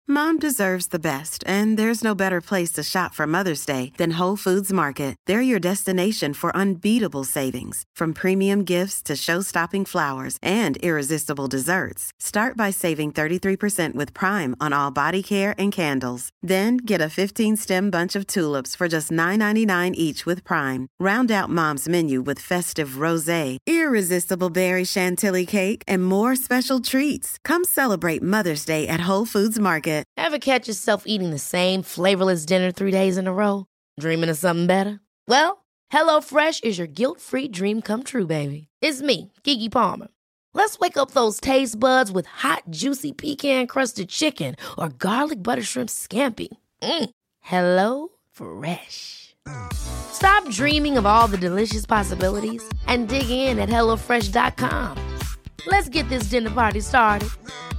Mom deserves the best, and there's no better place to shop for Mother's Day than Whole Foods Market. They're your destination for unbeatable savings, from premium gifts to show-stopping flowers and irresistible desserts. Start by saving 33% with Prime on all body care and candles. Then get a 15-stem bunch of tulips for just $9.99 each with Prime. Round out Mom's menu with festive rosé, irresistible berry chantilly cake, and more special treats. Come celebrate Mother's Day at Whole Foods Market. Ever catch yourself eating the same flavorless dinner 3 days in a row? Dreaming of something better? Well, HelloFresh is your guilt-free dream come true, baby. It's me, Keke Palmer. Let's wake up those taste buds with hot, juicy pecan-crusted chicken or garlic butter shrimp scampi. Hello Fresh. Stop dreaming of all the delicious possibilities and dig in at HelloFresh.com. Let's get this dinner party started.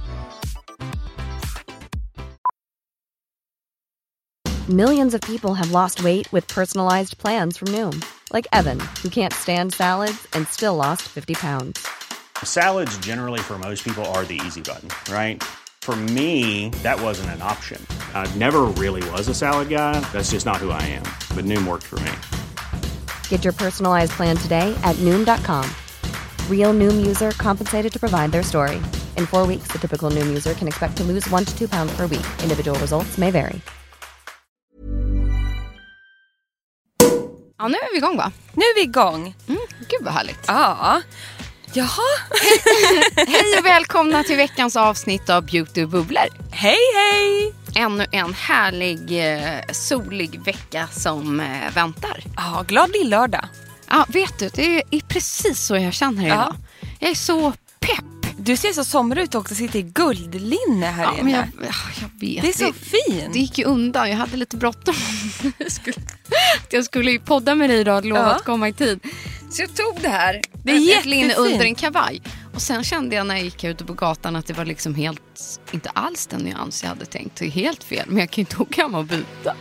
Millions of people have lost weight with personalized plans from Noom. Like Evan, who can't stand salads and still lost 50 pounds. Salads generally for most people are the easy button, right? For me, that wasn't an option. I never really was a salad guy. That's just not who I am. But Noom worked for me. Get your personalized plan today at Noom.com. Real Noom user compensated to provide their story. In 4 weeks, the typical Noom user can expect to lose 1 to 2 pounds per week. Individual results may vary. Ja, nu är vi igång, va? Nu är vi igång. Gud vad härligt. Ja. Jaha. Hej och välkomna till veckans avsnitt av Beauty och bubblor. Hej, hej. Ännu en härlig, solig vecka som väntar. Ja, glad lillördag. Ja, vet du, det är precis så jag känner idag. Jag är så pepp. Du ser så somrig ut också, sitter i guldlinne här inne. Men jag vet. Det är så fint. Det gick ju undan, jag hade lite bråttom. Jag skulle ju podda med dig idag och lova att komma i tid. Så jag tog det här. Det är jättefint. Under en kavaj. Och sen kände jag när jag gick ute på gatan att det var liksom helt, inte alls den nyans jag hade tänkt. Det är helt fel, men jag kan ju inte åka hem och byta.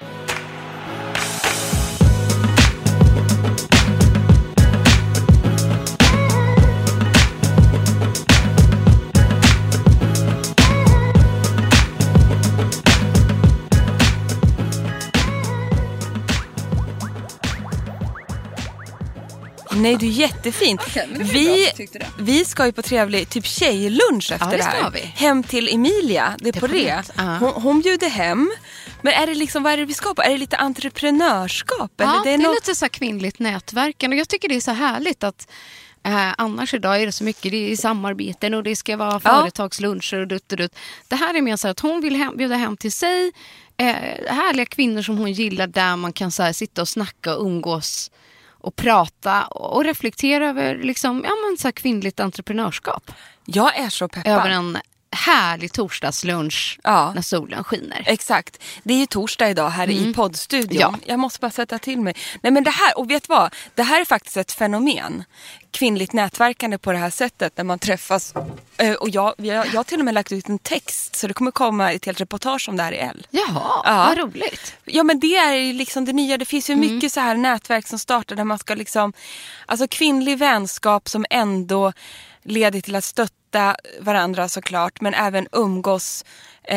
Nej, det är jättefint. Okay, vi ska ju på trevlig typ tjejlunch efter det här. Vi. Hem till Emilia, det är på det. Hon bjuder hem. Men är det liksom, vad är det vi ska på? Är det lite entreprenörskap? Eller det är lite så här kvinnligt nätverkande. Och jag tycker det är så härligt att annars idag är det så mycket, det är samarbeten och det ska vara företagsluncher och dutt. Det här är mer så att hon vill bjuda hem till sig härliga kvinnor som hon gillar, där man kan så här, sitta och snacka och umgås och prata och reflektera över liksom, så här kvinnligt entreprenörskap. Jag är så peppad. Över en härlig torsdagslunch när solen skiner. Exakt. Det är ju torsdag idag här i poddstudion. Ja. Jag måste bara sätta till mig. Nej, men det här, och vet vad? Det här är faktiskt ett fenomen. Kvinnligt nätverkande på det här sättet när man träffas. Och jag har till och med lagt ut en text, så det kommer komma ett helt reportage om det här i L. Jaha, vad roligt. Ja, men det är ju liksom det nya. Det finns ju mycket så här nätverk som startar där man ska liksom, alltså kvinnlig vänskap som ändå leder till att stötta varandra såklart, men även umgås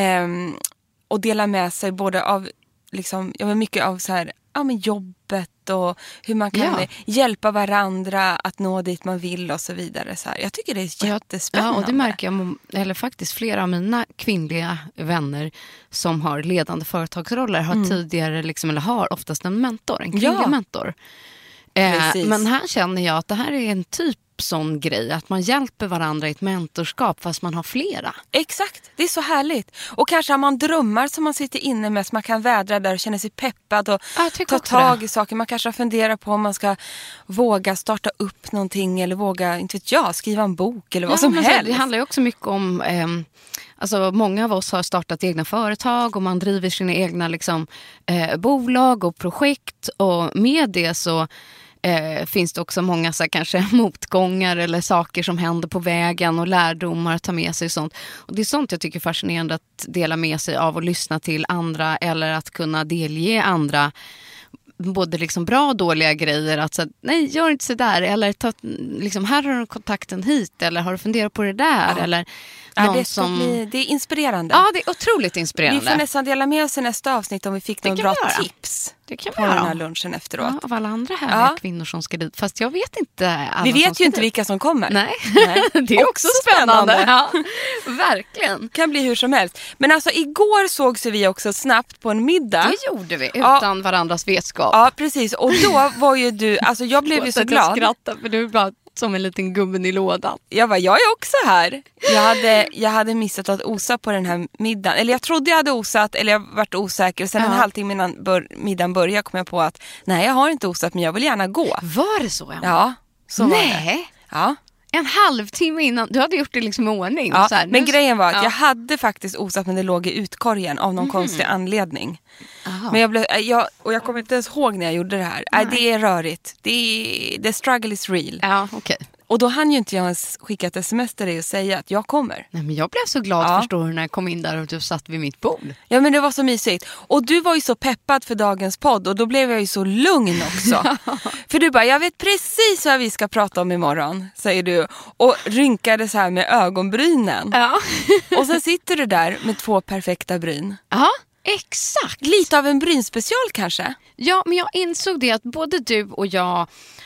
och dela med sig både av liksom, mycket av så här, men jobbet och hur man kan hjälpa varandra att nå dit man vill och så vidare. Så här. Jag tycker det är jättespännande. Ja, och det märker jag, eller faktiskt flera av mina kvinnliga vänner som har ledande företagsroller har tidigare liksom, eller har oftast en mentor, en kvinnlig mentor. Men här känner jag att det här är en typ sån grej, att man hjälper varandra i ett mentorskap fast man har flera. Exakt, det är så härligt. Och kanske har man drömmar som man sitter inne med, så man kan vädra där och känna sig peppad och ta tag i saker. Man kanske funderar på om man ska våga starta upp någonting eller våga, inte vet jag, skriva en bok eller vad som helst. Det handlar ju också mycket om alltså många av oss har startat egna företag och man driver sina egna liksom, bolag och projekt, och med det så finns det också många så här, kanske motgångar eller saker som händer på vägen och lärdomar att ta med sig och sånt. Och det är sånt jag tycker är fascinerande att dela med sig av och lyssna till andra, eller att kunna delge andra både liksom bra och dåliga grejer, att så, nej, gör inte så där, eller ta, liksom, här har du kontakten hit, eller har du funderat på det där, eller Det är inspirerande. Ja, det är otroligt inspirerande. Vi får nästan dela med oss i nästa avsnitt om vi fick några bra tips. Det kan på den här lunchen efteråt. Ja, av alla andra här kvinnor som ska dit. Fast jag vet inte alla. Vi vet ju inte vilka som kommer. Nej. Det är också spännande. Ja, verkligen. Kan bli hur som helst. Men alltså igår sågs vi också snabbt på en middag. Det gjorde vi utan varandras vetskap. Ja, precis. Och då var ju du, alltså jag blev ju så glad. Jag skrattade för du var som en liten gubben i lådan. Jag är också här. Jag hade missat att osa på den här middagen. Eller jag trodde jag hade osat, eller jag varit osäker. Och sen en halvtimme innan middagen började kom jag på att nej, jag har inte osat, men jag vill gärna gå. Var det så? Ja, så var det. Nej. Ja. En halvtimme innan, du hade gjort det liksom i ordning. Ja, så här, men grejen var att jag hade faktiskt osat, men det låg i utkorgen av någon konstig anledning. Aha. Men jag kommer inte ens ihåg när jag gjorde det här. Nej, det är rörigt. The struggle is real. Ja, okej. Och då hann ju inte jag ens skicka ett sms till dig och säga att jag kommer. Nej, men jag blev så glad förstår du när jag kom in där och du satt vid mitt bord. Ja, men det var så mysigt. Och du var ju så peppad för dagens podd och då blev jag ju så lugn också. För du bara, jag vet precis vad vi ska prata om imorgon, säger du. Och rynkade så här med ögonbrynen. Ja. Och sen sitter du där med 2 perfekta bryn. Ja, exakt. Lite av en brynspecial kanske. Ja, men jag insåg det att både du och jag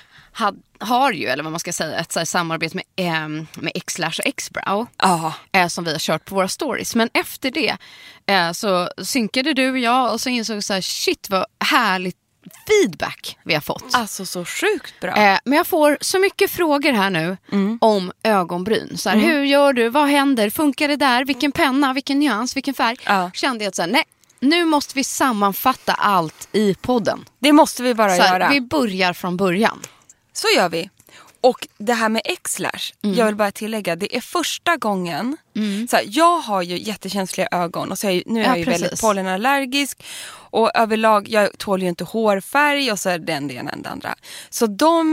har ju, eller vad man ska säga, ett så här samarbete med Xlash och Xbrow som vi har kört på våra stories. Men efter det så synkade du och jag och så insåg jag så här, shit vad härligt feedback vi har fått. Alltså så sjukt bra. Men jag får så mycket frågor här nu om ögonbryn. Så här, hur gör du? Vad händer? Funkar det där? Vilken penna? Vilken nyans? Vilken färg? Kände jag att så här, nej, nu måste vi sammanfatta allt i podden. Det måste vi bara göra. Vi börjar från början. Så gör vi. Och det här med Xlash, jag vill bara tillägga, det är första gången. Så här, jag har ju jättekänsliga ögon och så nu är jag ju väldigt pollenallergisk. Och överlag, jag tål ju inte hårfärg och så är det ena än det andra. Så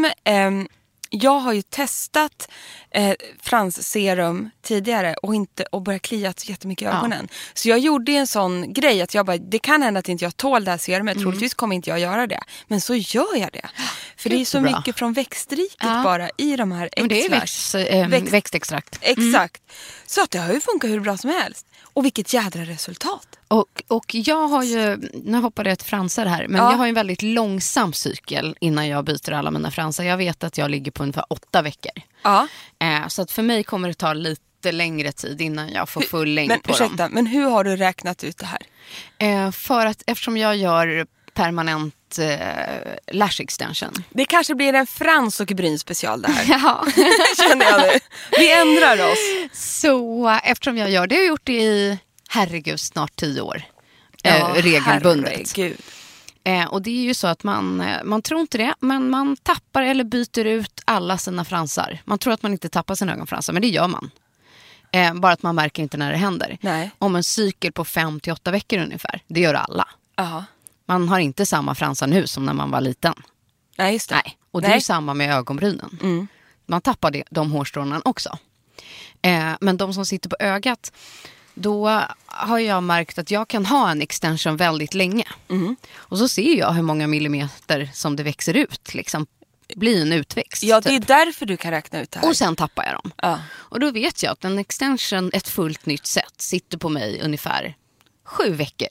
jag har ju testat fransserum tidigare och börjat klia så jättemycket i ögonen. Så jag gjorde en sån grej att jag bara, det kan hända att inte jag tål det här serumet. Troligtvis kommer inte jag göra det. Men så gör jag det. För det är så mycket från växtriket bara i de här Xlash. Det är växtextrakt. Exakt. Så att det har ju funkat hur bra som helst. Och vilket jädra resultat. Och jag har ju, nu hoppade jag till fransar här, men jag har ju en väldigt långsam cykel innan jag byter alla mina fransar. Jag vet att jag ligger på ungefär 8 veckor. Ja. Så att för mig kommer det ta lite längre tid innan jag får full längd på dem. Men hur har du räknat ut det här? För att eftersom jag gör permanent lash extension. Det kanske blir en frans och brynspecial där. Ja. Känner jag nu. Vi ändrar oss. Så eftersom jag gör det, har jag gjort det i herregud snart 10 år. Regelbundet. Herregud. Och det är ju så att man tror inte det, men man tappar eller byter ut alla sina fransar. Man tror att man inte tappar sina ögonfransar, men det gör man. Bara att man märker inte när det händer. Nej. Om en cykel på 5-8 veckor ungefär, det gör alla. Aha. Man har inte samma fransar nu som när man var liten. Nej, just det. Nej. Och det är ju samma med ögonbrynen. Man tappar de hårstråna också. Men de som sitter på ögat, då har jag märkt att jag kan ha en extension väldigt länge. Och så ser jag hur många millimeter som det växer ut. Liksom blir en utväxt. Ja, det är därför du kan räkna ut det här. Och sen tappar jag dem. Ja. Och då vet jag att en extension, ett fullt nytt set, sitter på mig ungefär 7 veckor.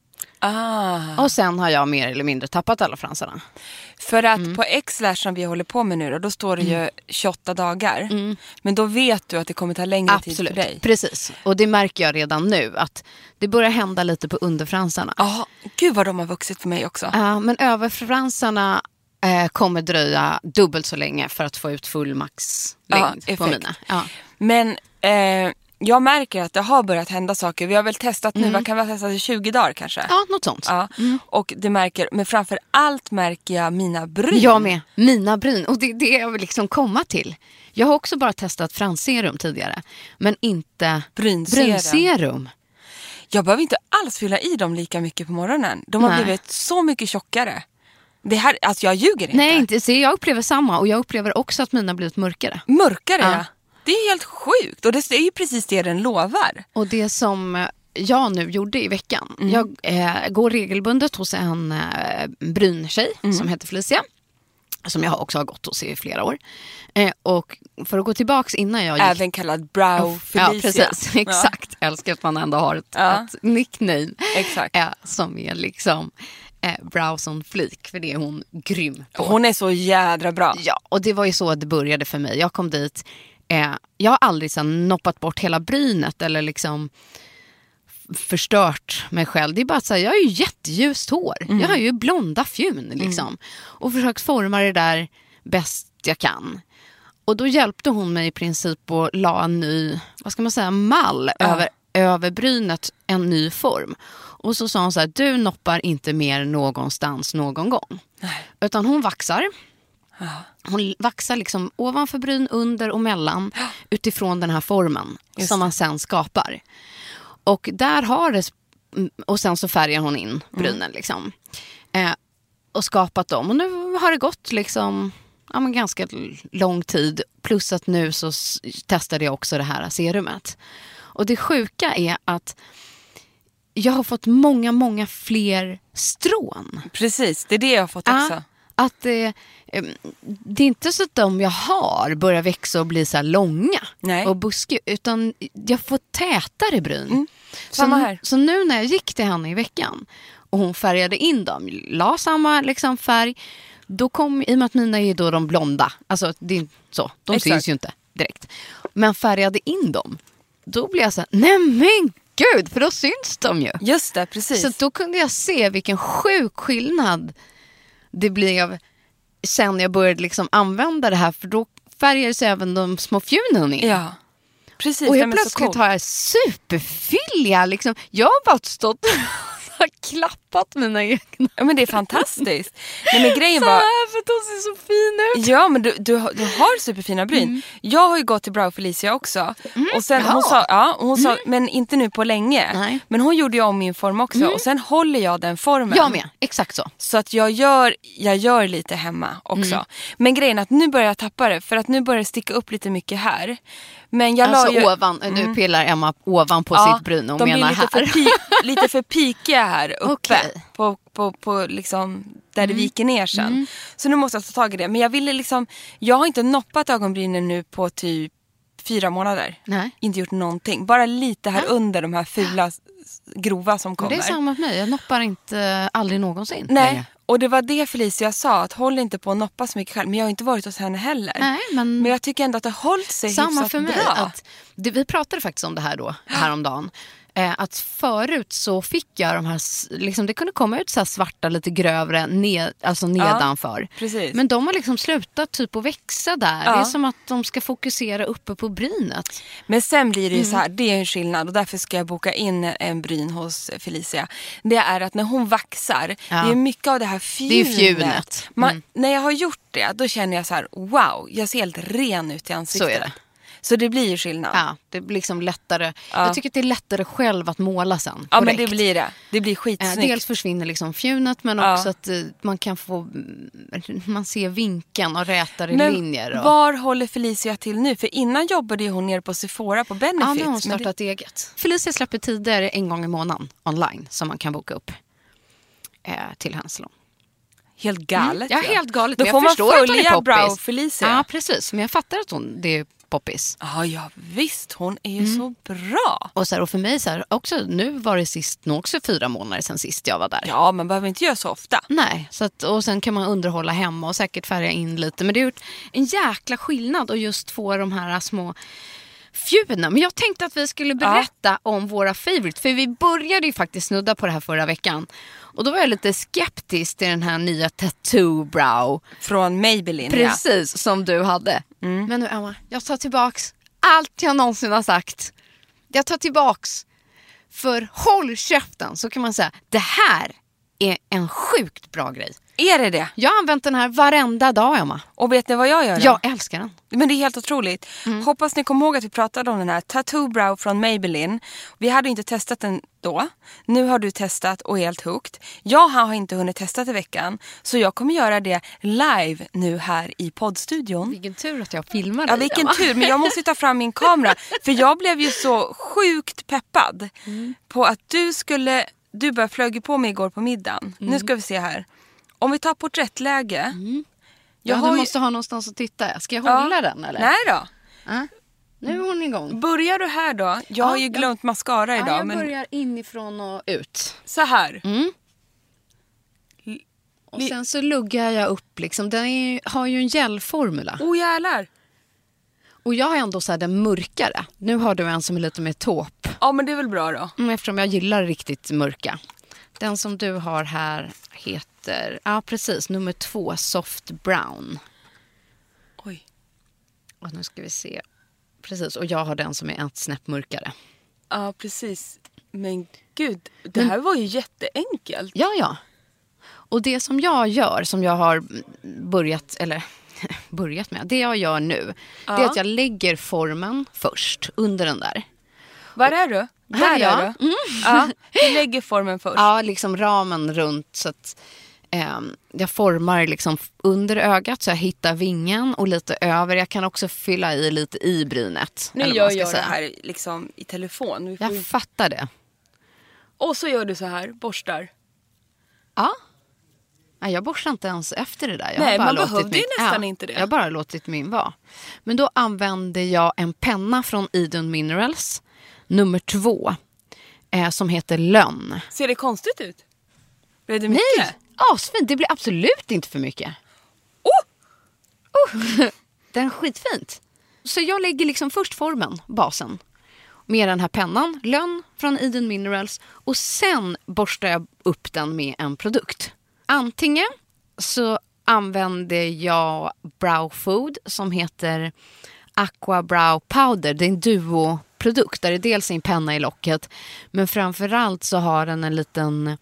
Och sen har jag mer eller mindre tappat alla fransarna. För att på Xlash som vi håller på med nu då står det ju 28 dagar. Men då vet du att det kommer ta längre tid för dig. Precis. Och det märker jag redan nu att det börjar hända lite på underfransarna. Ja, gud vad de har vuxit för mig också. Men överfransarna kommer dröja dubbelt så länge för att få ut full maxlängd på mina. Ja. Men jag märker att det har börjat hända saker. Vi har väl testat nu, vad kan vi ha testat i 20 dagar kanske? Ja, något sånt. Ja. Och det märker, men framför allt märker jag mina bryn. Jag med, mina bryn. Och det jag vill liksom komma till. Jag har också bara testat fransserum tidigare, men inte brynserum. Jag behöver inte alls fylla i dem lika mycket på morgonen. De har blivit så mycket tjockare. Det här, alltså jag ljuger inte. Nej, inte. Så jag upplever samma. Och jag upplever också att mina har blivit mörkare. Mörkare, ja. Det är helt sjukt. Och det är ju precis det den lovar. Och det som jag nu gjorde i veckan. Jag går regelbundet hos en bryntjej som heter Felicia. som jag också har gått hos i flera år. Och för att gå tillbaks innan jag gick... Även kallad Brow Felicia. Ja, precis. Exakt. Jag älskar att man ändå har ett nickname. Exakt. Som är liksom Brows on fleek, för det är hon grym på. Hon är så jädra bra. Ja, och det var ju så att det började för mig. Jag kom dit, jag har aldrig så noppat bort hela brynet eller liksom förstört mig själv. Det är bara att säga, jag har ju jätteljust hår. Jag har ju blonda fjun liksom. Och försökt forma det där bäst jag kan. Och då hjälpte hon mig i princip och la en ny, vad ska man säga, mall över brynet, en ny form. Och så sa hon så här, du noppar inte mer någonstans någon gång. Nej. Utan hon vaxar. Hon vaxar liksom ovanför bryn, under och mellan utifrån den här formen som man sen skapar. Och där har det, och sen så färgar hon in brynen liksom. Och skapat dem. Och nu har det gått liksom ganska lång tid. Plus att nu så testade jag också det här serumet. Och det sjuka är att jag har fått många fler strån. Precis, det är det jag har fått också. Att det är inte så att de jag har börjar växa och bli så här långa och buskiga, utan jag får tätare bryn. Samma här. Så nu när jag gick till henne i veckan och hon färgade in dem, la samma liksom färg, då kom, i och med att mina är då de blonda, alltså det är så, de syns ju inte direkt, men färgade in dem, då blev jag så här, nej men gud, för då syns de ju. Just det, precis. Så då kunde jag se vilken sjuk skillnad det blev sen jag började liksom använda det här, för då färgades även de små fjunen in. Ja, precis. Och jag plötsligt har jag superfylliga liksom. Jag har bara stått och klappat mina egna. Ja, men det är fantastiskt. Nej, men grejen var... för att de ser så fin ut. Ja, men du har superfina bryn. Jag har ju gått till Brow Felicia också. Och sen hon sa, men inte nu på länge. Nej. Men hon gjorde ju om min form också. Och sen håller jag den formen. Jag med, exakt så. Så att jag gör lite hemma också. Men grejen är att nu börjar jag tappa det. För att nu börjar det sticka upp lite mycket här. Men jag alltså la ovan, nu pillar Emma ovan på sitt bryn och menar här. Lite för pikiga här uppe. Okay. På liksom där det viker ner sen. Så nu måste jag ta tag i det. Men jag ville liksom, jag har inte noppat ögonbrynen nu på typ 4 månader. Nej. Inte gjort någonting. Bara lite här under de här fula grova som kommer. Det är samma med mig. Jag noppar inte aldrig någonsin. Nej. Och det var det Felicia sa, att håll inte på att noppa så mycket själv. Men jag har inte varit hos henne heller. Nej, men jag tycker ändå att det har hållit sig samma för mig. Bra. Vi pratade faktiskt om det här då, häromdagen. Att förut så fick jag de här, liksom, det kunde komma ut så här svarta, lite grövre alltså nedanför. Precis. Men de har liksom slutat typ att växa där. Det är som att de ska fokusera uppe på brynet. Men sen blir det ju så här, det är en skillnad och därför ska jag boka in en bryn hos Felicia. Det är att när hon vaxar, det är mycket av det här fjunet. Det är fjunet. När jag har gjort det, då känner jag så här, wow, jag ser helt ren ut i ansiktet. Så är det. Så det blir ju skillnad. Ja, det blir liksom lättare. Jag tycker att det är lättare själv att måla sen. Ja, men det blir det. Det blir skitsnyggt. Dels försvinner liksom fjunet, men också att man kan få, man ser vinkeln och rätare linjer. Var håller Felicia till nu? För innan jobbade hon nere på Sephora på Benefit. Ja, nu har hon startat eget. Felicia släpper tider en gång i månaden online som man kan boka upp till hennes salong. Helt galet. Ja, helt galet. Då får man följa Brow Felicia. Ja, precis. Men jag fattar att det är poppis. Ja, visst. Hon är ju så bra. Och för mig så här, också nu var det nog också 4 månader sedan sist jag var där. Ja, man behöver inte göra så ofta. Nej, så att, och sen kan man underhålla hemma och säkert färga in lite. Men det har gjort en jäkla skillnad att just få de här små fjunen. Men jag tänkte att vi skulle berätta om våra favorite. För vi började ju faktiskt snudda på det här förra veckan. Och då var jag lite skeptisk till den här nya Tattoo Brow. Från Maybelline. Precis, som du hade. Men nu Emma, jag tar tillbaks allt jag någonsin har sagt. Jag tar tillbaks. För håll käften, så kan man säga, det här är en sjukt bra grej. Är det det? Jag har använt den här varenda dag, Emma. Och vet ni vad jag gör då? Jag älskar den. Men det är helt otroligt. Hoppas ni kommer ihåg att vi pratade om den här Tattoo Brow från Maybelline. Vi hade inte testat den då. Nu har du testat och är helt hooked. Jag har inte hunnit testa i veckan. Så jag kommer göra det live nu här i poddstudion. Vilken tur att jag filmar dig. Ja, vilken tur. Men jag måste ta fram min kamera. För jag blev ju så sjukt peppad på att du bara flög på mig igår på middagen. Nu ska vi se här. Om vi tar porträttläge. Du måste ha någonstans att titta. Ska jag hålla den eller? Nej då. Nu är hon igång. Börjar du här då? Jag har ju glömt mascara idag. Jag börjar inifrån och ut. Så här. Och sen så luggar jag upp liksom. Den har ju en gelformula. Jävlar. Och jag har ändå så här den mörkare. Nu har du en som är lite mer taupe. Ja, men det är väl bra då. Eftersom jag gillar riktigt mörka. Den som du har här heter... Ja, precis. Nummer 2, Soft Brown. Oj. Och nu ska vi se. Precis. Och jag har den som är ett snäpp mörkare. Ja, precis. Men gud, det här var ju jätteenkelt. Ja. Och det som jag gör, som jag har börjat med, det jag gör nu, det är att jag lägger formen först under den där. Var är du? Här är jag. Ja, du lägger formen först. Ja, liksom ramen runt så att jag formar liksom under ögat så jag hittar vingen och lite över. Jag kan också fylla i lite i brynet. Nu gör jag det här liksom i telefon. Jag fattar det. Och så gör du så här, borstar. Ja. Nej, jag borstar inte ens efter det där. Nej, man behövde ju nästan inte det. Jag har bara låtit min vara. Men då använder jag en penna från Eden Minerals, nummer 2, som heter Lönn. Ser det konstigt ut? Blev det mycket? Nej, asfint. Det blir absolut inte för mycket. Den är skitfint. Så jag lägger liksom först formen, basen, med den här pennan, Lönn från Eden Minerals. Och sen borstar jag upp den med en produkt. Antingen så använder jag Brow Food som heter Aqua Brow Powder. Det är en duo-produkt där det dels är en penna i locket, men framförallt så har den en liten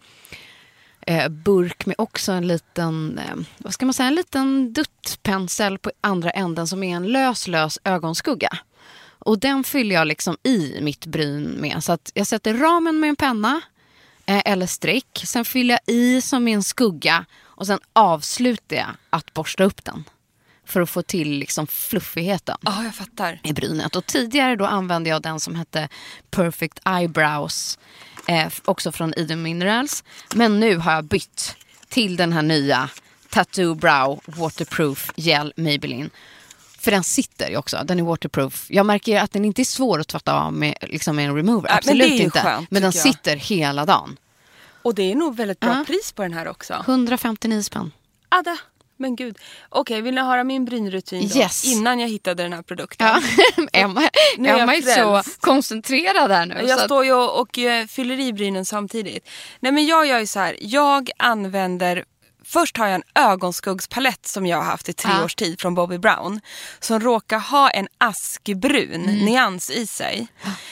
burk med också en liten, vad ska man säga, en liten duttpensel på andra änden som är en lös ögonskugga. Och den fyller jag liksom i mitt bryn med. Så att jag sätter ramen med en penna eller streck. Sen fyller jag i som en skugga. Och sen avslutar jag att borsta upp den. För att få till liksom fluffigheten. Ja, jag fattar. I brynet. Och tidigare då använde jag den som hette Perfect Eyebrows. Också från Eden Minerals. Men nu har jag bytt till den här nya Tattoo Brow Waterproof Gel Maybelline. För den sitter ju också. Den är waterproof. Jag märker att den inte är svår att tvätta av med, liksom med en remover. Absolut men det är ju inte. Skönt, men den sitter hela dagen. Och det är nog väldigt bra pris på den här också. 159 spänn. Adda. Men gud. Okej, vill ni höra min brynrutin då? Yes. Innan jag hittade den här produkten. Ja. Emma är så koncentrerad här nu. Jag står ju och fyller i brynen samtidigt. Nej, men jag gör ju så här. Jag använder... Först har jag en ögonskuggspalett som jag har haft i 3 års tid från Bobbi Brown. Som råkar ha en askbrun nyans i sig.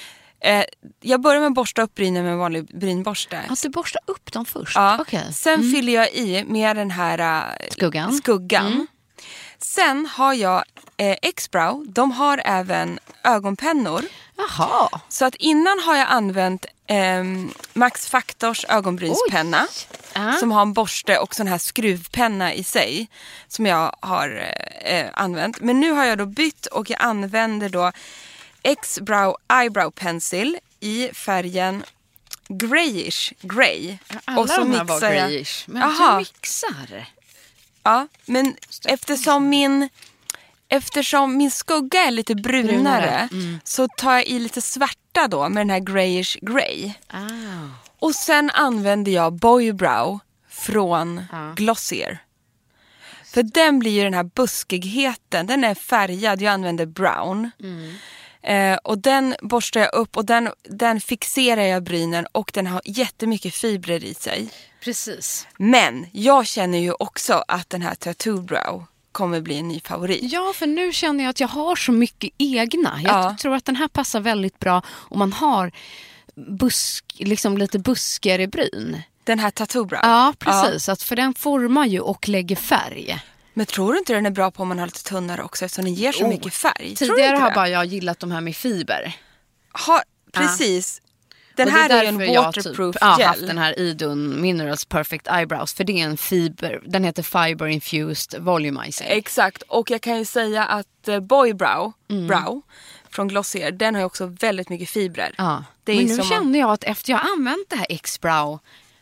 Jag börjar med att borsta upp brynen med en vanlig brynborste. Att du borstar upp dem först? Ja. Okay. Sen fyller jag i med den här skuggan. Sen har jag X-Brow. De har även ögonpennor. Jaha. Så att innan har jag använt Max Factors ögonbrynspenna. Som har en borste och sån här skruvpenna i sig. Som jag har använt. Men nu har jag då bytt och jag använder då X-Brow Eyebrow Pencil i färgen grayish grey. Alla och så de här mixar var jag. grayish. Men du mixar. Ja, men eftersom min skugga är lite brunare. Så tar jag i lite svarta då med den här grayish grey. Och sen använder jag Boy Brow från Glossier. För den blir ju den här buskigheten. Den är färgad, jag använder brown. Och den borstar jag upp och den fixerar jag brynen. Och den har jättemycket fibrer i sig. Precis. Men jag känner ju också att den här Tattoo Brow kommer bli en ny favorit. Ja, för nu känner jag att jag har så mycket egna. Jag tror att den här passar väldigt bra om man har liksom lite busker i bryn. Den här Tattoo Brow? Ja, precis. Att för den formar ju och lägger färg. Men tror du inte den är bra på om man har lite tunnare också eftersom den ger så mycket färg? Tidigare har bara jag gillat de här med fiber. Precis. Den här är en waterproof gel. Jag har haft den här Eden Minerals Perfect Eyebrows. För det är en fiber. Den heter Fiber Infused Volumizing. Exakt. Och jag kan ju säga att Boy Brow från Glossier, den har ju också väldigt mycket fibrer. Ja. Men nu känner jag att efter jag använt det här X-Brow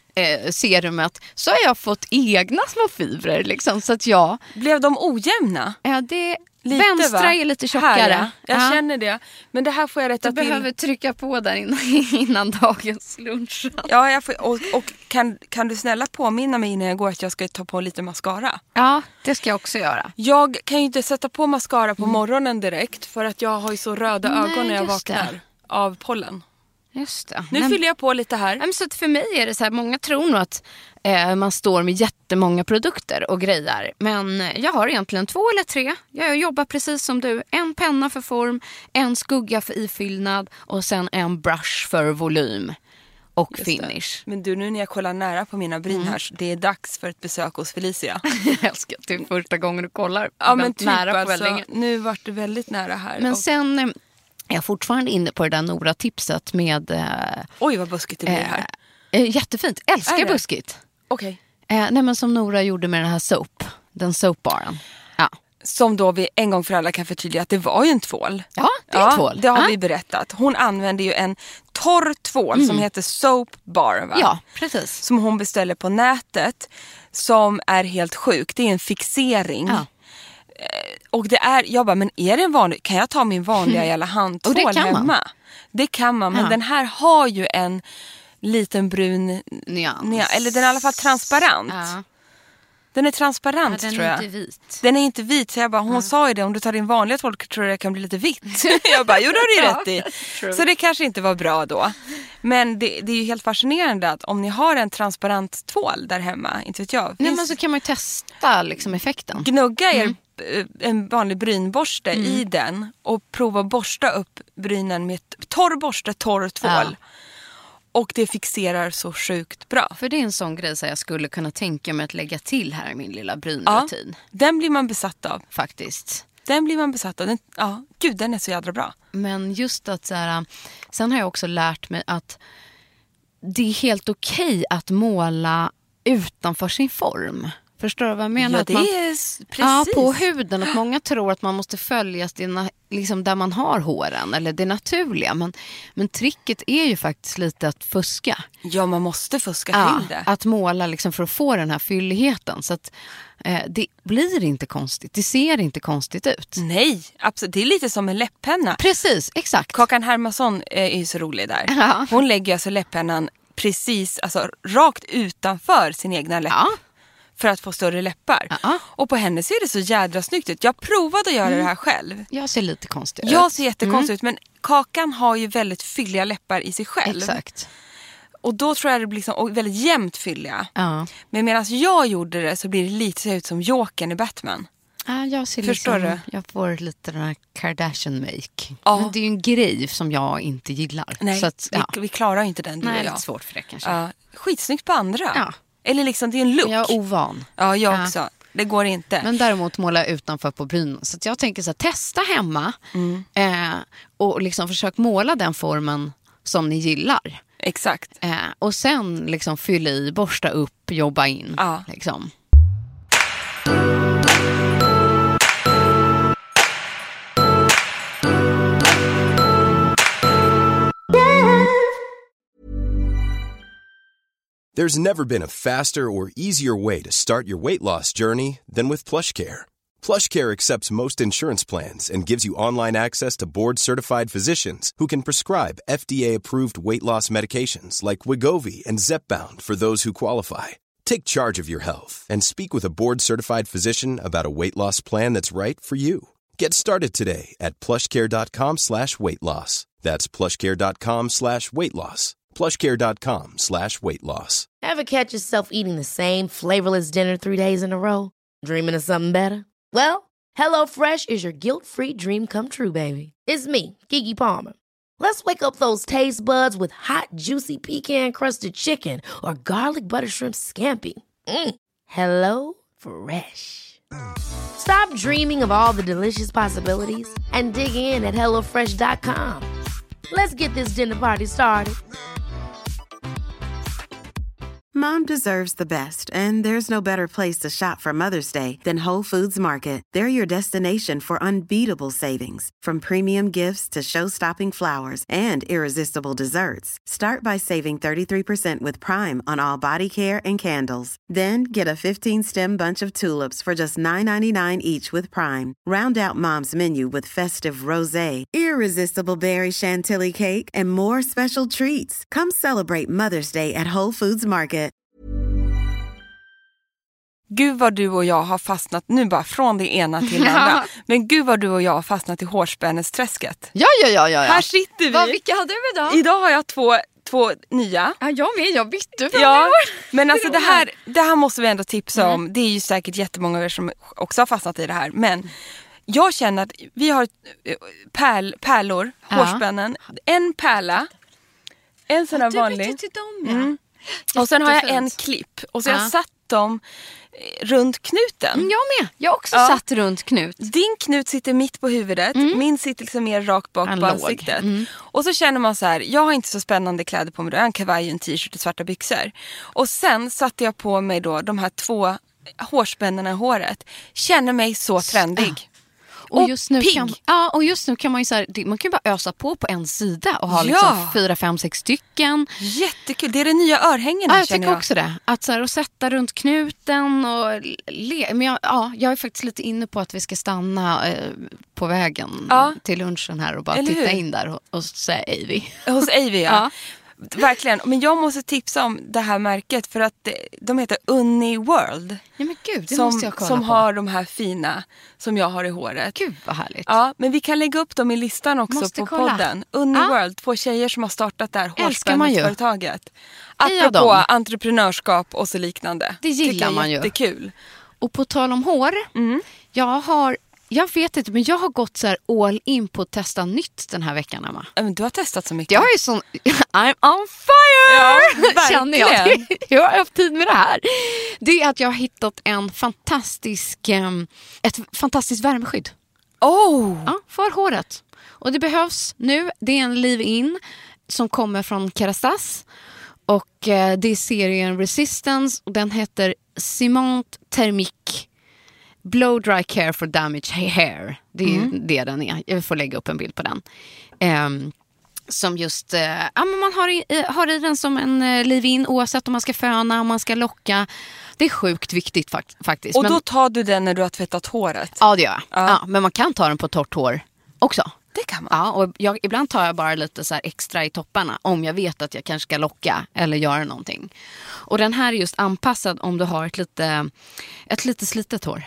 serumet så har jag fått egna små fibrer liksom, så att jag... Blev de ojämna? Ja, det... Vänstra är lite tjockare. Jag känner det. Men det här får jag rätta till. Du behöver trycka på där innan dagens lunch. Ja, jag får, och kan du snälla påminna mig innan jag går att jag ska ta på lite mascara? Ja, det ska jag också göra. Jag kan ju inte sätta på mascara på morgonen direkt för att jag har ju så röda ögon när jag vaknar av pollen. Just det. Nu fyller jag på lite här. Så att för mig är det så här, många tror nog att man står med jättemånga produkter och grejer. Men jag har egentligen 2 eller 3. Jag jobbar precis som du. En penna för form, en skugga för ifyllnad och sen en brush för volym och just finish. Det. Men du, nu när jag kollar nära på mina bryn här, det är dags för ett besök hos Felicia. Jag älskar att det är första gången du kollar. Ja, men typ nära på alltså, nu vart det väldigt nära här. Men sen... Jag är fortfarande inne på det där Nora-tipset med... Oj, vad buskigt det blir här. Jättefint. Älskar buskigt. Okej. Nej, men som Nora gjorde med den här soap. Den soapbaren. Ja. Som då vi en gång för alla kan förtydliga att det var ju en tvål. Ja, det är en tvål. Det har vi berättat. Hon använder ju en torr tvål som heter Soap Bar, va? Ja, precis. Som hon beställer på nätet. Som är helt sjuk. Det är en fixering. Ja. Och det är, jag bara, men är det en vanlig, kan jag ta min vanliga jävla handtvål hemma? Det kan man, men den här har ju en liten brun nyans. Eller den är i alla fall transparent. Ja. Den är transparent, tror jag. Den är inte vit. Den är inte vit, så jag bara, hon sa ju det, om du tar din vanliga tvål tror jag det kan bli lite vitt. Jag bara, jo, det har du rätt i. Så det kanske inte var bra då. Men det är ju helt fascinerande att om ni har en transparent tvål där hemma, inte vet jag. Nej, men så kan man ju testa liksom effekten. Gnugga en vanlig brynborste i den och prova borsta upp brynen med torr borste, torr tvål. Ja. Och det fixerar så sjukt bra. För det är en sån grej så jag skulle kunna tänka mig att lägga till här i min lilla brynrutin. Ja, den blir man besatt av. Faktiskt. Den blir man besatt av. Gud, den är så jädra bra. Men just att så här, sen har jag också lärt mig att det är helt okej att måla utanför sin form. Förstår du vad jag menar? Ja, det är precis. Ja, på huden. Att många tror att man måste följa liksom där man har håren. Eller det naturliga. Men tricket är ju faktiskt lite att fuska. Ja, man måste fuska till det. Att måla liksom för att få den här fylligheten. Så att det blir inte konstigt. Det ser inte konstigt ut. Nej, absolut. Det är lite som en läpppenna. Precis, exakt. Kakan Hermansson är ju så rolig där. Ja. Hon lägger alltså läpppennan precis, alltså rakt utanför sin egna läpp. Ja. För att få större läppar. Och på henne ser det så jädra snyggt ut. Jag provade att göra det här själv. Jag ser lite konstig ut. Jag ser jättekonstig ut. Men Kakan har ju väldigt fylliga läppar i sig själv. Exakt. Och då tror jag det blir liksom väldigt jämnt fylliga. Men medan jag gjorde det så blir det lite så ut som Jokern i Batman. Ja, jag ser förstår liksom, du? Jag får lite den här Kardashian-make. Men det är ju en grej som jag inte gillar. Nej, så att, vi klarar ju inte den. Nej, det är lite svårt för det kanske. Skitsnyggt på andra. Ja. Eller liksom, det är en look. Jag är ovan. Ja, jag också. Det går inte. Men däremot måla utanför på brynen. Så att jag tänker så här, testa hemma. Och liksom försök måla den formen som ni gillar. Exakt. Och sen liksom fylla i, borsta upp, jobba in. Ja. Liksom. There's never been a faster or easier way to start your weight loss journey than with PlushCare. PlushCare accepts most insurance plans and gives you online access to board-certified physicians who can prescribe FDA-approved weight loss medications like Wegovy and Zepbound for those who qualify. Take charge of your health and speak with a board-certified physician about a weight loss plan that's right for you. Get started today at plushcare.com/weightloss. That's plushcare.com/weightloss. plushcare.com/weightloss. Ever catch yourself eating the same flavorless dinner 3 days in a row? Dreaming of something better? Well, HelloFresh is your guilt-free dream come true, baby. It's me, Keke Palmer. Let's wake up those taste buds with hot, juicy pecan-crusted chicken or garlic butter shrimp scampi. Hello Fresh. Stop dreaming of all the delicious possibilities and dig in at HelloFresh.com. Let's get this dinner party started. Mom deserves the best, and there's no better place to shop for Mother's Day than Whole Foods Market. They're your destination for unbeatable savings, from premium gifts to show-stopping flowers and irresistible desserts. Start by saving 33% with Prime on all body care and candles. Then get a 15-stem bunch of tulips for just $9.99 each with Prime. Round out Mom's menu with festive rosé, irresistible berry chantilly cake, and more special treats. Come celebrate Mother's Day at Whole Foods Market. Gud vad du och jag har fastnat, nu bara från det ena till det andra. Men gud vad du och jag har fastnat i hårspännesträsket. Ja. Här sitter vi. Vilka hade du idag? Idag har jag två nya. Ja, jag med. Jag bytte. Men alltså det här måste vi ändå tipsa om. Det är ju säkert jättemånga av er som också har fastnat i det här. Men jag känner att vi har pärlor, hårspännen. En pärla. En sån här vanlig. Och sen har jag en klipp. Och så har jag satt dem runt knuten. Jag med. Jag har också satt runt knut. Din knut sitter mitt på huvudet. Min sitter liksom mer rakt bak på ansiktet. Och så känner man så här, jag har inte så spännande kläder på mig. Jag har en kavaj, en t-shirt och svarta byxor. Och sen satte jag på mig då de här 2 hårspännena i håret. Känner mig så trendig. Och just nu kan man ju så här, man kan ju bara ösa på en sida och ha liksom 4, 5, 6 stycken. Jättekul, det är det nya örhängena. Jag tycker också det. Att så här, och sätta runt knuten och men jag är faktiskt lite inne på att vi ska stanna på vägen till lunchen här och bara titta in där och säga Avy. Hos Avy, ja. Verkligen, men jag måste tipsa om det här märket för att de heter Uniworld. Ja men gud, det måste jag kolla som på. har de här fina som jag har i håret. Gud vad härligt. Ja, men vi kan lägga upp dem i listan också måste på kolla. Podden. Uniworld, 2 tjejer som har startat det här hårspänningsföretaget. Apropå entreprenörskap och så liknande. Det gillar man ju. Jättekul. Och på tal om hår, jag vet inte, men jag har gått så här all in på att testa nytt den här veckan, Emma. Men du har testat så mycket. Jag är sån, I'm on fire! Ja, känner jag. Jag har haft tid med det här. Det är att jag har hittat ett fantastiskt värmeskydd. Ja, för håret. Och det behövs nu. Det är en leave-in som kommer från Kerastase. Och det är serien Resistance. Och den heter Ciment Thermique Blow Dry Care for Damaged Hair. Det är det den är. Jag får lägga upp en bild på den. Som just man har i den som en leave-in oavsett om man ska föna, om man ska locka. Det är sjukt viktigt faktiskt. Och då tar du den när du har tvättat håret? Ja, det gör jag. Ja, men man kan ta den på torrt hår också. Det kan man. Ja, och ibland tar jag bara lite så här extra i topparna om jag vet att jag kanske ska locka eller göra någonting. Och den här är just anpassad om du har ett lite slitet hår.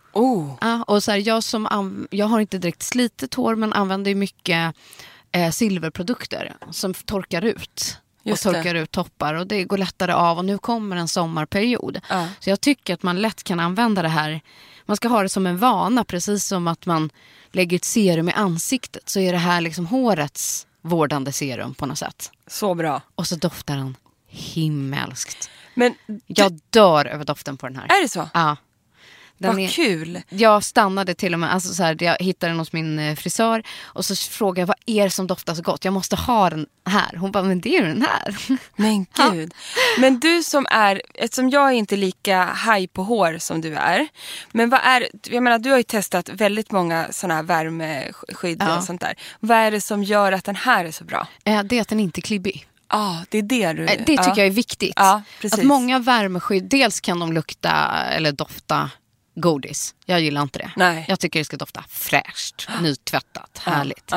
Ja, och så här, jag har inte direkt slitet hår men använder ju mycket silverprodukter som torkar ut. Just och torkar ut toppar och det går lättare av och nu kommer en sommarperiod. Så jag tycker att man lätt kan använda det här. Man ska ha det som en vana, precis som att man lägger ett serum i ansiktet, så är det här liksom hårets vårdande serum på något sätt. Så bra. Och så doftar den himmelskt. Men jag dör över doften på den här. Är det så? Ja. Vad kul. Jag stannade till och med, alltså så här, jag hittade den hos min frisör och så frågade jag, vad är det som doftar så gott? Jag måste ha den här. Hon bara, men det är den här. Men gud. Men du som är, eftersom jag är inte lika haj på hår som du är, men jag menar, du har ju testat väldigt många sådana här värmeskydd och sånt där. Vad är det som gör att den här är så bra? Det är att den inte är klibbig. Det är det du... Det tycker jag är viktigt. Att många värmeskydd, dels kan de lukta eller dofta godis. Jag gillar inte det. Nej. Jag tycker det ska dofta fräscht, nytvättat, härligt.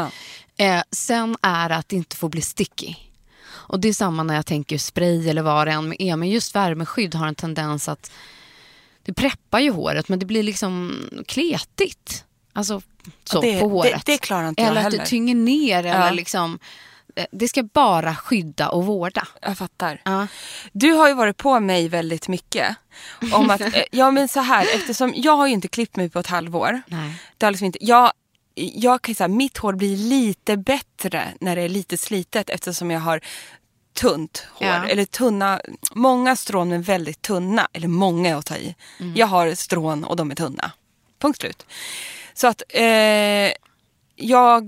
Sen är det att det inte får bli sticky. Och det är samma när jag tänker spray eller vad det än är. Men just värmeskydd har en tendens att det preppar ju håret, men det blir liksom kletigt. Alltså så på håret. Det klarar inte jag heller. Eller att det tynger ner eller liksom... Det ska bara skydda och vårda. Jag fattar. Du har ju varit på mig väldigt mycket om att, men så här, eftersom jag har ju inte klippt mig på ett halvår. Nej. Det har liksom inte, jag kan säga, mitt hår blir lite bättre när det är lite slitet eftersom jag har tunt hår. Eller tunna, många strån är väldigt tunna. Eller många att ta i. Jag har strån och de är tunna. Punkt slut. Så att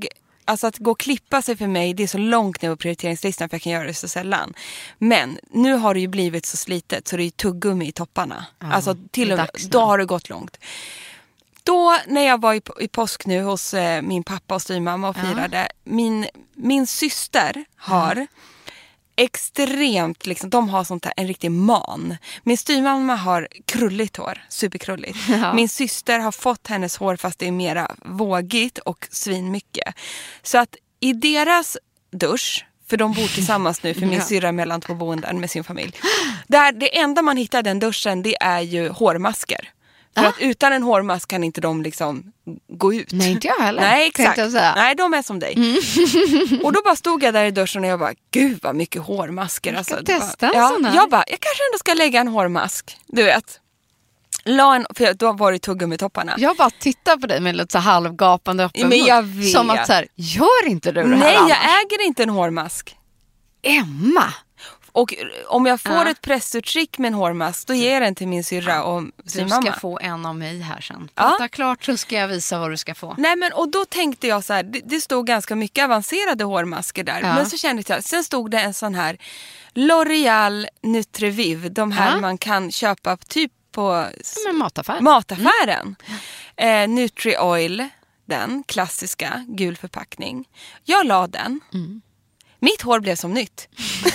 Alltså att gå och klippa sig för mig, det är så långt ner på prioriteringslistan för jag kan göra det så sällan. Men nu har det ju blivit så slitet så det är tuggummi i topparna. Alltså till och med, då har det gått långt. Då när jag var i påsk nu hos min pappa och styvmamma och firade, min syster har extremt, liksom, de har sånt här, en riktig man. Min styvmamma har krulligt hår, superkrulligt. Min syster har fått hennes hår fast det är mera vågigt och svinmycket. Så att i deras dusch, för de bor tillsammans nu, för min syrra mellan 2 boenden med sin familj. Där det enda man hittar i den duschen, det är ju hårmasker. För att utan en hårmask kan inte de liksom gå ut. Nej, inte jag heller. Nej, exakt. Nej, de är som dig. Och då bara stod jag där i duschen och jag bara, gud vad mycket hårmasker. Jag ska alltså, testa bara, en sån här. Jag bara, jag kanske ändå ska lägga en hårmask. Du vet. För då var det tuggummi i topparna. Jag bara tittar på dig med lite så halvgapande öppen Men jag mun. vet. Som att så här, gör inte du det här Nej, annars? jag äger inte en hårmask. Emma! Och om jag får ett pressutskick med en hårmask, då ger jag den till min syrra och sin mamma. Du ska få en av mig här sen. Prata klart så ska jag visa vad du ska få. Nej, men och då tänkte jag så här, det stod ganska mycket avancerade hårmasker där. Men så kände jag, sen stod det en sån här L'Oreal Nutriviv. De här man kan köpa typ på mataffären. Nutri Oil, den klassiska, gul förpackning. Jag la den. Mitt hår blev som nytt.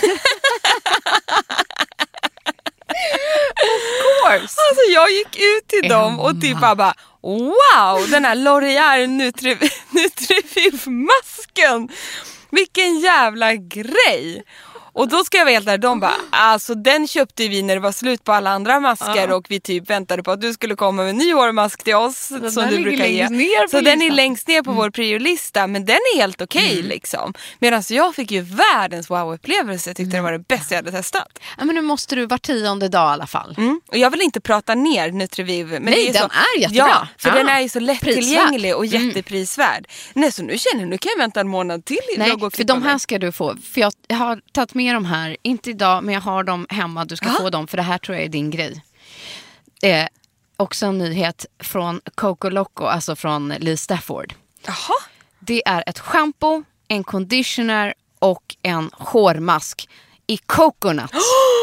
Of course. Alltså jag gick ut till dem och typ bara wow, den här L'Oreal Nutriviv-masken. Vilken jävla grej. Och då ska jag vara helt där, de bara, alltså den köpte vi när det var slut på alla andra masker och vi typ väntade på att du skulle komma med en ny hårmask till oss som du brukar ge. Så den är längst ner på vår priorlista, men den är helt okej liksom. Medan jag fick ju världens wow-upplevelse, jag tyckte det var det bästa jag hade testat. Ja, men nu måste du var 10:e dag i alla fall. Och jag vill inte prata ner Nutriviv. Men nej, det är den så, är jättebra. Ja, för den är ju så lättillgänglig och jätteprisvärd. Nej, så nu känner jag, nu kan jag vänta en månad till. Nej, för de här ska du få. För jag har tagit med de här, inte idag, men jag har dem hemma. Du ska få dem, för det här tror jag är din grej. Också en nyhet från Coco Loco, alltså från Lee Stafford. Jaha. Det är ett shampoo, en conditioner och en hårmask i coconut.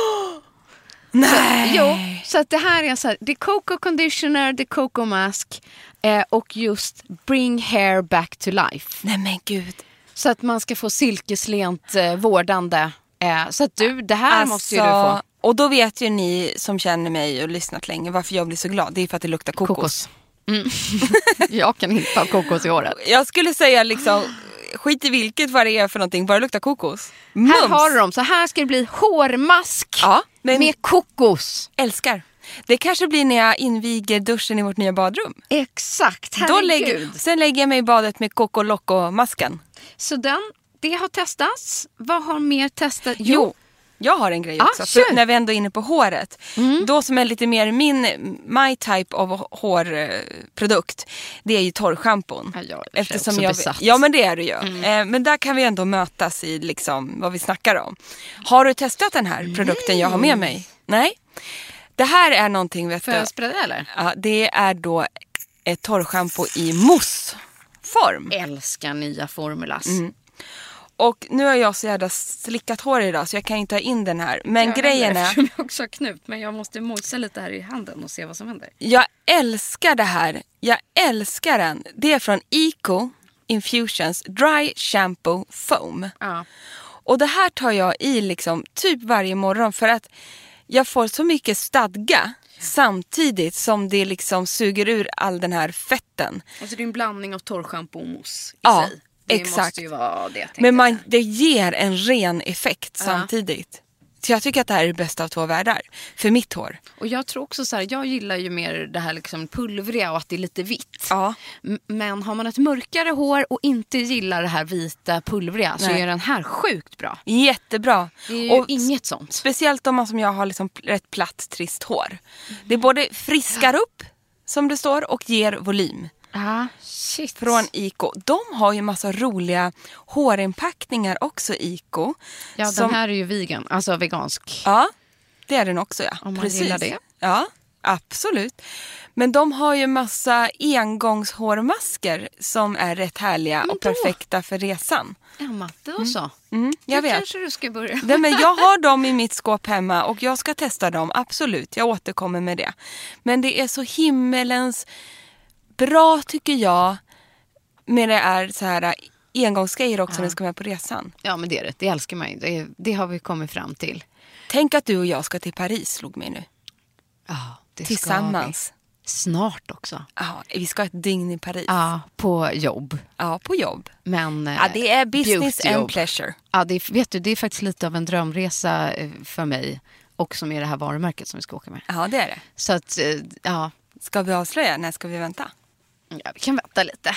Nej! Så att det här är så här, det är Coco Conditioner, det är Coco Mask och just Bring Hair Back to Life. Nej men gud. Så att man ska få silkeslent vårdande. Så att det här måste ju du få. Och då vet ju ni som känner mig och lyssnat länge varför jag blir så glad. Det är för att det luktar kokos. Jag kan inte ha kokos i håret. Jag skulle säga liksom, skit i vilket vad det är för någonting, bara lukta kokos. Mums. Här har du dem, så här ska det bli hårmask med kokos. Älskar. Det kanske blir när jag inviger duschen i vårt nya badrum. Exakt, sen lägger jag mig i badet med Coco Loco-masken. Så det har testats. Vad har mer testat? Jo, jag har en grej också. För när vi ändå är inne på håret. Då som är lite mer my type av hårprodukt. Det är ju torrschampon. Eftersom jag besatt. Ja, men det är det ju. Men där kan vi ändå mötas i liksom vad vi snackar om. Har du testat den här produkten jag har med mig? Nej. Det här är någonting, vet du. Får jag sprida eller? Ja, det är då ett torrschampo i mousse-form. Älskar nya formulas. Och nu har jag så jävla slickat hår idag så jag kan inte ha in den här. Men grejen är... Jag också har knut, men jag måste mojsa lite här i handen och se vad som händer. Jag älskar det här. Jag älskar den. Det är från Eco Infusions Dry Shampoo Foam. Ja. Och det här tar jag i liksom typ varje morgon för att jag får så mycket stadga samtidigt som det liksom suger ur all den här fetten. Alltså det är en blandning av torrschampo och mousse i sig. Det exakt. Måste ju vara det. Men det ger en ren effekt samtidigt. Så jag tycker att det här är det bästa av två världar. För mitt hår. Och jag tror också så här, jag gillar ju mer det här liksom pulvriga och att det är lite vitt. Ja. Men har man ett mörkare hår och inte gillar det här vita pulvriga så är den här sjukt bra. Jättebra. Det är ju och inget sånt. Speciellt om man som jag har liksom rätt platt, trist hår. Det både friskar upp, som det står, och ger volym. Shit. Från Eco. De har ju massa roliga hårinpackningar också, Eco. Ja, den här är ju vegan, alltså vegansk. Ja, det är den också, ja. Om man gillar det. Ja, Absolut. Men de har ju massa engångshårmasker som är rätt härliga och perfekta för resan. Ja, Matte och så. Jag vet. Kanske du ska börja. Nej, men jag har dem i mitt skåp hemma och jag ska testa dem. Absolut, jag återkommer med det. Men det är så himmelens bra tycker jag med det är så här engångsgrejer också när du ska med på resan. Ja, men det är det. Det älskar man ju. Det har vi kommit fram till. Tänk att du och jag ska till Paris, slog mig nu. Ja, det tillsammans. Ska vi. Snart också. Ja, vi ska ha ett dygn i Paris. Ja, på jobb. Ja, på jobb. Men ja, det är business and pleasure. Ja, vet du, det är faktiskt lite av en drömresa för mig. Och som är det här varumärket som vi ska åka med. Ja, det är det. Så att, ja. Ska vi avslöja? När ska vi vänta? Ja, vi kan vänta lite.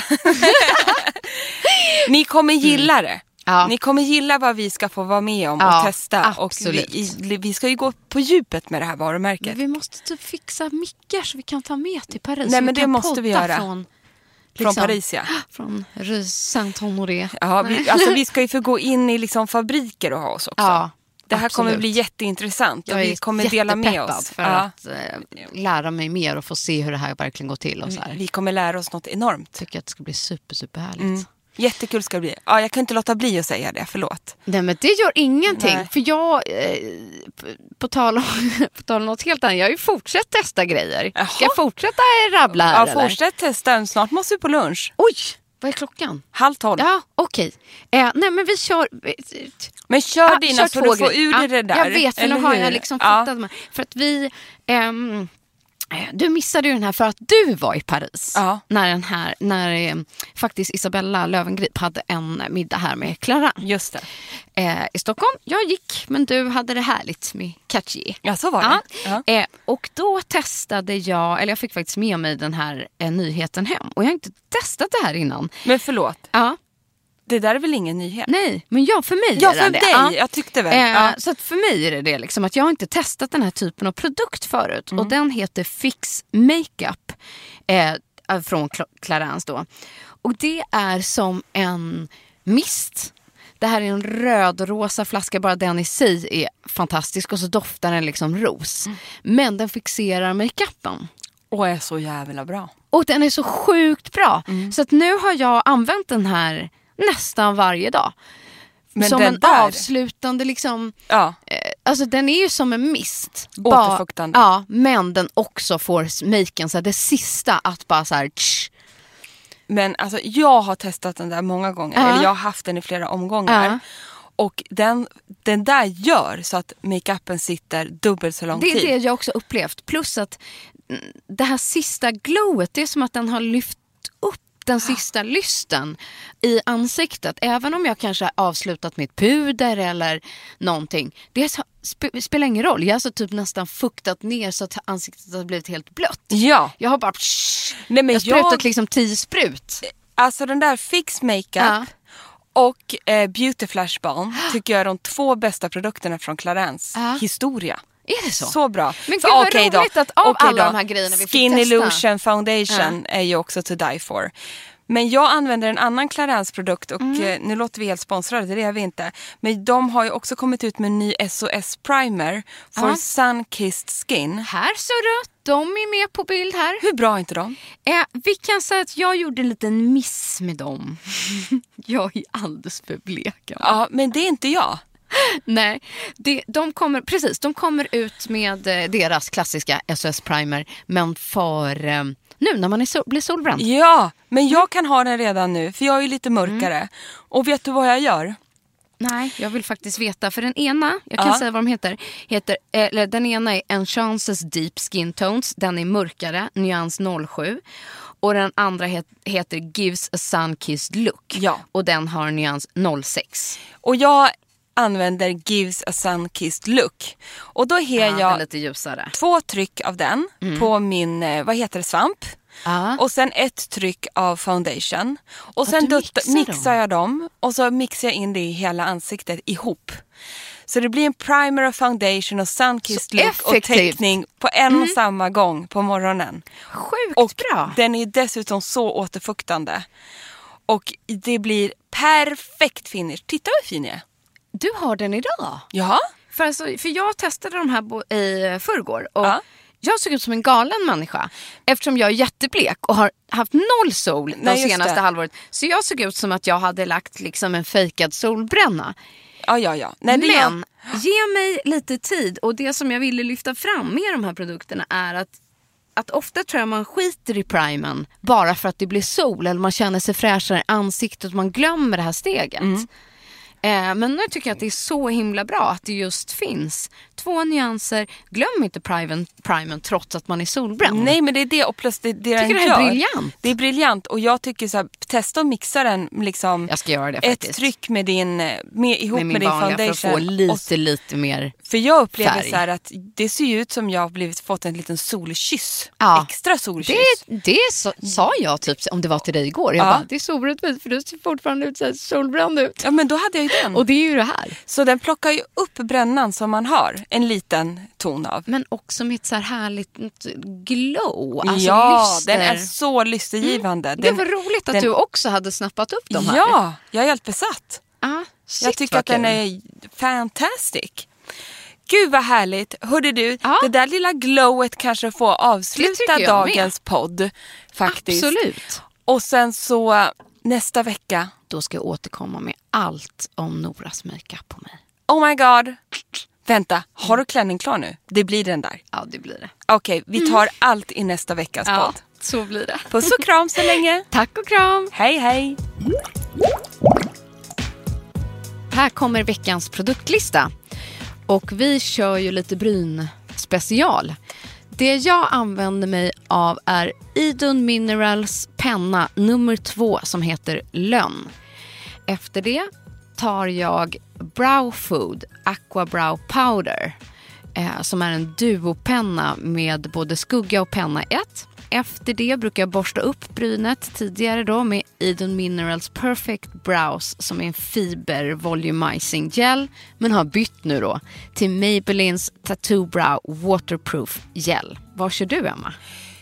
Ni kommer gilla det. Ja. Ni kommer gilla vad vi ska få vara med om och testa. Absolut. Och vi ska ju gå på djupet med det här varumärket. Men vi måste typ fixa mickar så vi kan ta med till Paris. Nej, men det måste vi göra. Från Paris, ja. Från Rue Saint-Honoré. Ja, vi ska ju få gå in i liksom fabriker och ha oss också. Ja, det här absolut. kommer bli jätteintressant. Jag och vi kommer dela med oss. För att lära mig mer och få se hur det här verkligen går till. Och så här. Vi kommer lära oss något enormt. Tycker att det ska bli superhärligt. Jättekul ska det bli. Ja, jag kan inte låta bli att säga det, förlåt. Nej, men det gör ingenting. Nej. För jag, på tal om något helt annat, jag har ju fortsatt testa grejer. Jaha. Ska jag fortsätta rabbla här? Ja, fortsätt testa. Snart måste vi på lunch. Oj, vad är klockan? 12:30. Ja, okej. Nej, men vi kör... Men kör dina så du får ur det där. Jag vet, för nu har jag liksom fattat mig. För att vi... du missade ju den här för att du var i Paris. Ja. När faktiskt Isabella Löwengrip hade en middag här med Clara. Just det. I Stockholm. Jag gick, men du hade det härligt med Cartier. Ja, så var det. Ja. Och då testade jag fick faktiskt med mig den här nyheten hem. Och jag har inte testat det här innan. Men förlåt. Ja. Det där är väl ingen nyhet? Nej, men för mig ja, är det för det. dig. Ja. Jag tyckte väl. Så att för mig är det liksom att jag har inte testat den här typen av produkt förut. Och den heter Fix Makeup från Clarins då. Och det är som en mist. Det här är en röd-rosa flaska, bara den i sig är fantastisk. Och så doftar den liksom ros. Men den fixerar makeupen. Och är så jävla bra. Och den är så sjukt bra. Så att nu har jag använt den här nästan varje dag. Men som en avslutande liksom... Ja. Alltså den är ju som en mist. Återfuktande. Ja, men den också får maken så här, det sista att bara så här... Men alltså jag har testat den där många gånger. Eller jag har haft den i flera omgångar. Och den där gör så att makeupen sitter dubbelt så lång tid. Det är det jag också upplevt. Plus att det här sista glowet, det är som att den har lyft upp den sista lysten i ansiktet. Även om jag kanske har avslutat med ett puder eller någonting. Det spelar ingen roll. Jag har så typ nästan fuktat ner så att ansiktet har blivit helt blött. Ja. Jag har bara... Nej, men jag har sprutat liksom 10 sprut. Alltså den där Fix Makeup och Beauty Flash Balm tycker jag är de 2 bästa produkterna från Clarins historia. Är det så? Så bra. Men gud vad roligt att av alla de här grejerna vi Skin fick testa. Illusion Foundation är ju också to die for. Men jag använder en annan Clarins produkt och nu låter vi helt sponsrade, det är vi inte. Men de har ju också kommit ut med en ny SOS Primer for Sun-Kissed Skin. Här så du, de är med på bild här. Hur bra är inte de? Vi kan säga att jag gjorde en liten miss med dem. Jag är alldeles för blek. Ja, men det är inte jag. Nej, de kommer ut med deras klassiska SOS Primer, men för nu när man blir solbränd. Ja, men jag kan ha den redan nu, för jag är lite mörkare. Och vet du vad jag gör? Nej, jag vill faktiskt veta. För den ena, jag kan säga vad de heter. Den ena är Enchances Deep Skin Tones. Den är mörkare, nyans 07. Och den andra heter Gives a Sun-Kissed Look. Ja. Och den har nyans 06. Och jag använder Gives a Sun-Kissed Look. Och då har jag lite ljusare. 2 tryck av den på min, svamp. Och sen 1 tryck av foundation. Och sen mixar jag dem. Och så mixar jag in det i hela ansiktet ihop. Så det blir en primer och foundation och sun-kissed look och teckning på en och samma gång på morgonen. Sjukt och bra. Den är dessutom så återfuktande. Och det blir perfekt finish. Titta hur fin jag är. Du har den idag? Ja. För jag testade de här i förrgår och Jag såg ut som en galen människa eftersom jag är jätteblek och har haft 0 sol de senaste halvåret. Så jag såg ut som att jag hade lagt liksom en fejkad solbränna. Ja. Nej, men ge mig lite tid. Och det som jag ville lyfta fram med de här produkterna är att ofta tror jag man skiter i primen bara för att det blir sol eller man känner sig fräschare i ansiktet och man glömmer det här steget. Men nu tycker jag att det är så himla bra att det just finns 2 nyanser. Glöm inte primen trots att man är solbränd. Nej, men det är det, och plus det den gör. Det är briljant. Det är briljant, och jag tycker så här, testa att mixa den liksom. Jag ska göra det faktiskt. Ett tryck med din ihop med din foundation för att få lite mer. För jag upplever färg. Så här att det ser ut som jag har fått en liten solkyss. Ja. Extra solkyss. Det sa jag typ om det var till dig igår. Jag bara, det är soligt för du ser fortfarande ut så här solbränd ut. Ja, men då hade jag ju den. Och det är ju det här. Så den plockar ju upp brännan som man har. En liten ton av. Men också med ett så här härligt glow. Alltså lyster. Den är så lystergivande. Det var roligt att du också hade snappat upp dem här. Ja, jag är helt besatt. Jag tycker att kul. den är fantastic. Gud vad härligt. Hörde du, det där lilla glowet kanske får avsluta dagens podd. Faktiskt. Absolut. Och sen så nästa vecka. Då ska jag återkomma med allt om Noras makeup på mig. Oh my god. Vänta, har du klänning klar nu? Det blir den där. Ja, det blir det. Okej, vi tar allt i nästa veckas podd. Så blir det. Puss och kram så länge. Tack och kram. Hej, hej. Här kommer veckans produktlista. Och vi kör ju lite bryn special. Det jag använder mig av är Idun Minerals penna nummer 2 som heter Lönn. Efter det tar jag Brow Food Aqua Brow Powder som är en duopenna med både skugga och penna 1. Efter det brukar jag borsta upp brynet tidigare då med Idun Minerals Perfect Brows som är en fiber volumizing gel, men har bytt nu då till Maybellines Tattoo Brow Waterproof Gel. Vad kör du, Emma?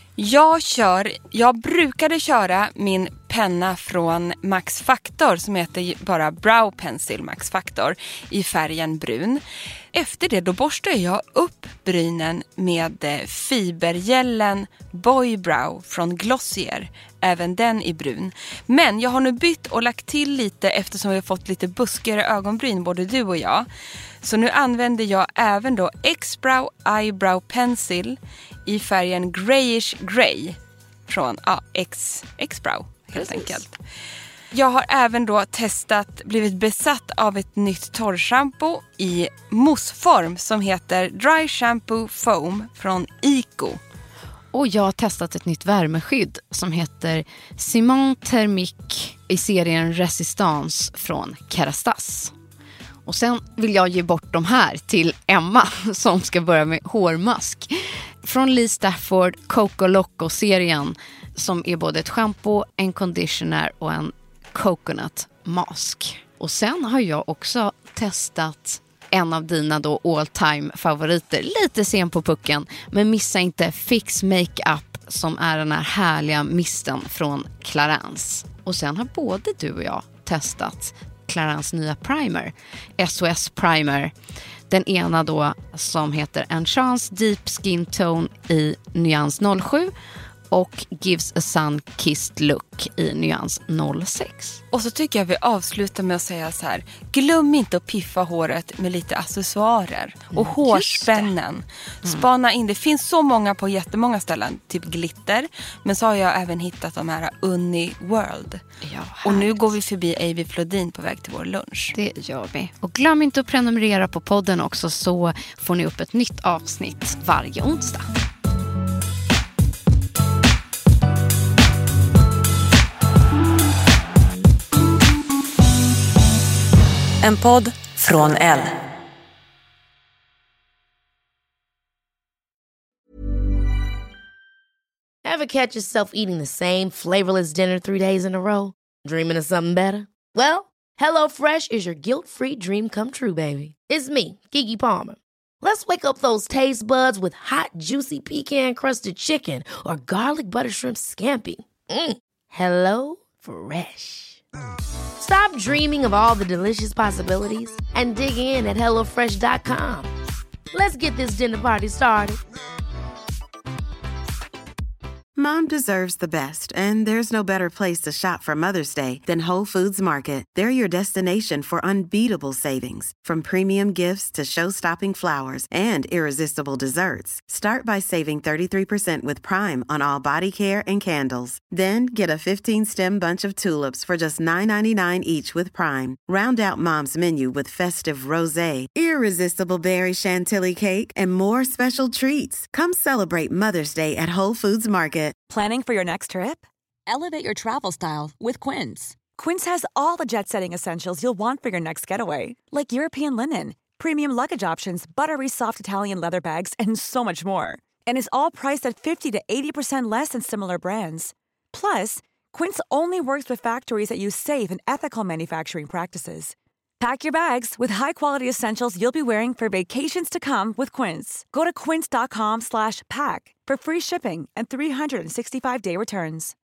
Jag brukade köra min penna från Max Factor som heter bara Brow Pencil Max Factor i färgen brun. Efter det då borstar jag upp brynen med fibergällen Boy Brow från Glossier, även den i brun. Men jag har nu bytt och lagt till lite eftersom vi har fått lite buskigare ögonbryn både du och jag. Så nu använder jag även då X-Brow Eyebrow Pencil i färgen Grayish Grey från X-Brow helt enkelt. Jag har även då blivit besatt av ett nytt torrshampoo i mousse-form som heter Dry Shampoo Foam från Ico. Och jag har testat ett nytt värmeskydd som heter Simon Thermique i serien Resistance från Kerastase. Och sen vill jag ge bort de här till Emma som ska börja med hårmask. Från Lee Stafford Coco Loco-serien som är både ett shampoo, en conditioner och en coconut mask. Och sen har jag också testat en av dina då all time favoriter. Lite sen på pucken, men missa inte Fix Makeup som är den här härliga misten från Clarins. Och sen har både du och jag testat Clarins nya primer, SOS Primer. Den ena då som heter Enchance Deep Skin Tone i nyans 07 och Gives a Sun Kissed Look i nyans 06. Och så tycker jag vi avslutar med att säga så här: glöm inte att piffa håret med lite accessoarer och hårspännen. Spana in, det finns så många på jättemånga ställen, typ glitter, men så har jag även hittat de här Uni World. Ja, och nu går vi förbi Avi Flodin på väg till vår lunch. Det gör vi. Och glöm inte att prenumerera på podden också, så får ni upp ett nytt avsnitt varje onsdag. En podd från Elle. Ever catch yourself eating the same flavorless dinner 3 days in a row? Dreaming of something better? Well, HelloFresh is your guilt-free dream come true, baby. It's me, Keke Palmer. Let's wake up those taste buds with hot, juicy pecan-crusted chicken or garlic butter shrimp scampi. Hello Fresh. Stop dreaming of all the delicious possibilities and dig in at HelloFresh.com. Let's get this dinner party started. Mom deserves the best, and there's no better place to shop for Mother's Day than Whole Foods Market. They're your destination for unbeatable savings, from premium gifts to show-stopping flowers and irresistible desserts. Start by saving 33% with Prime on all body care and candles. Then get a 15-stem bunch of tulips for just $9.99 each with Prime. Round out Mom's menu with festive rosé, irresistible berry chantilly cake, and more special treats. Come celebrate Mother's Day at Whole Foods Market. Planning for your next trip? Elevate your travel style with Quince. Quince has all the jet-setting essentials you'll want for your next getaway, like European linen, premium luggage options, buttery soft Italian leather bags, and so much more. And is all priced at 50 to 80% less than similar brands. Plus, Quince only works with factories that use safe and ethical manufacturing practices. Pack your bags with high-quality essentials you'll be wearing for vacations to come with Quince. Go to quince.com/pack for free shipping and 365-day returns.